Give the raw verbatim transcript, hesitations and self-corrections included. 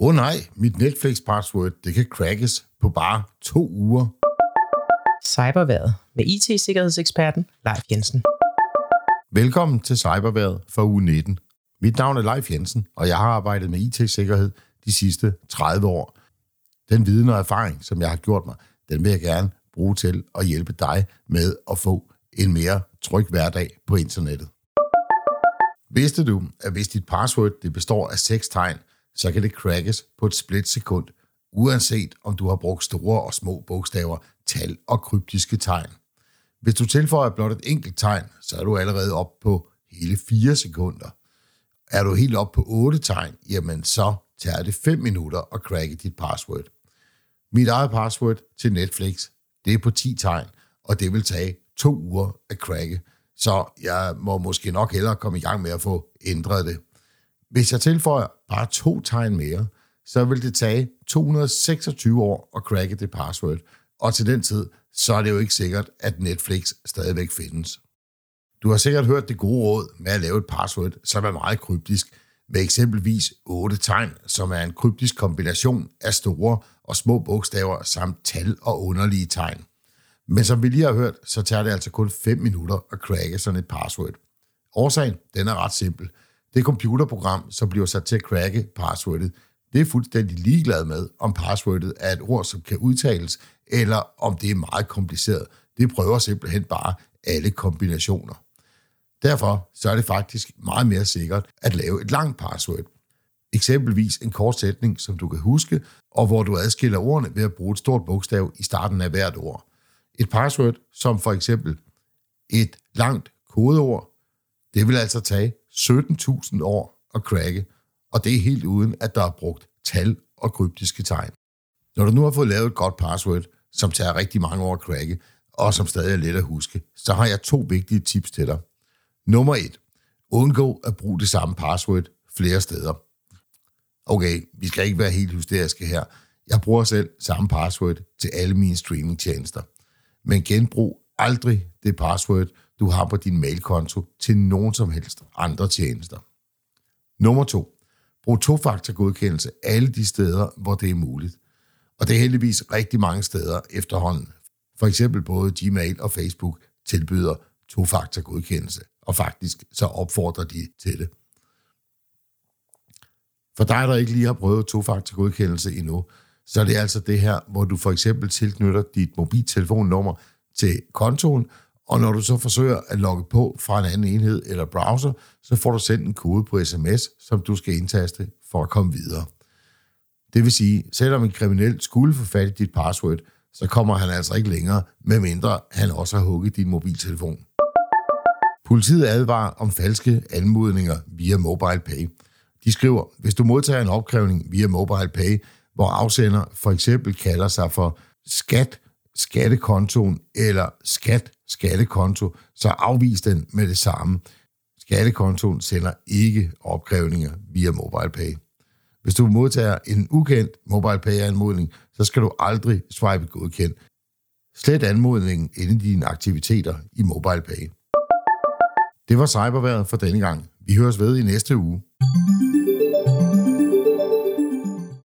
Åh oh nej, mit Netflix-password, det kan crackes på bare to uger. Cyberværet med I T-sikkerhedseksperten Leif Jensen. Velkommen til Cyberværet for uge nitten. Mit navn er Leif Jensen, og jeg har arbejdet med I T-sikkerhed de sidste tredive år. Den viden og erfaring, som jeg har gjort mig, den vil jeg gerne bruge til at hjælpe dig med at få en mere tryg hverdag på internettet. Vidste du, at hvis dit password det består af seks tegn, så kan det crackes på et splitsekund, uanset om du har brugt store og små bogstaver, tal og kryptiske tegn. Hvis du tilføjer blot et enkelt tegn, så er du allerede oppe på hele fire sekunder. Er du helt oppe på otte tegn, jamen så tager det fem minutter at cracke dit password. Mit eget password til Netflix, det er på ti tegn, og det vil tage to uger at cracke, så jeg må måske nok hellere komme i gang med at få ændret det. Hvis jeg tilføjer bare to tegn mere, så vil det tage to hundrede og seksogtyve år at cracke det password, og til den tid, så er det jo ikke sikkert, at Netflix stadigvæk findes. Du har sikkert hørt det gode råd med at lave et password, som er meget kryptisk, med eksempelvis otte tegn, som er en kryptisk kombination af store og små bogstaver samt tal og underlige tegn. Men som vi lige har hørt, så tager det altså kun fem minutter at cracke sådan et password. Årsagen, den er ret simpel. Det computerprogram, som bliver sat til at cracke passwordet, det er fuldstændig ligeglad med, om passwordet er et ord, som kan udtales, eller om det er meget kompliceret. Det prøver simpelthen bare alle kombinationer. Derfor så er det faktisk meget mere sikkert at lave et langt password. Eksempelvis en kort sætning, som du kan huske, og hvor du adskiller ordene ved at bruge et stort bogstav i starten af hvert ord. Et password, som for eksempel et langt kodeord, det vil altså tage sytten tusind år at cracke, og det er helt uden, at der er brugt tal og kryptiske tegn. Når du nu har fået lavet et godt password, som tager rigtig mange år at cracke, og som stadig er let at huske, så har jeg to vigtige tips til dig. Nummer et. Undgå at bruge det samme password flere steder. Okay, vi skal ikke være helt hysteriske her. Jeg bruger selv samme password til alle mine streamingtjenester. Men genbrug aldrig det password, du har på din mailkonto til nogen som helst andre tjenester. Nummer to. Brug tofaktorgodkendelse alle de steder, hvor det er muligt. Og det er heldigvis rigtig mange steder efterhånden. For eksempel både Gmail og Facebook tilbyder tofaktorgodkendelse, og faktisk så opfordrer de til det. For dig, der ikke lige har prøvet tofaktorgodkendelse endnu, så er det altså det her, hvor du for eksempel tilknytter dit mobiltelefonnummer til kontoen, og når du så forsøger at logge på fra en anden enhed eller browser, så får du sendt en kode på sms, som du skal indtaste for at komme videre. Det vil sige, selvom en kriminel skulle få fat i dit password, så kommer han altså ikke længere, medmindre han også har hugget din mobiltelefon. Politiet advarer om falske anmodninger via MobilePay. De skriver, hvis du modtager en opkrævning via MobilePay, hvor afsender for eksempel kalder sig for skat, skattekontoen eller skat, skattekonto, så afvis den med det samme. Skattekontoen sender ikke opkrævninger via MobilePay. Hvis du modtager en ukendt MobilePay-anmodning, så skal du aldrig swipe godkendt. Slet anmodningen inden dine aktiviteter i MobilePay. Det var Cyberværet for denne gang. Vi høres ved i næste uge.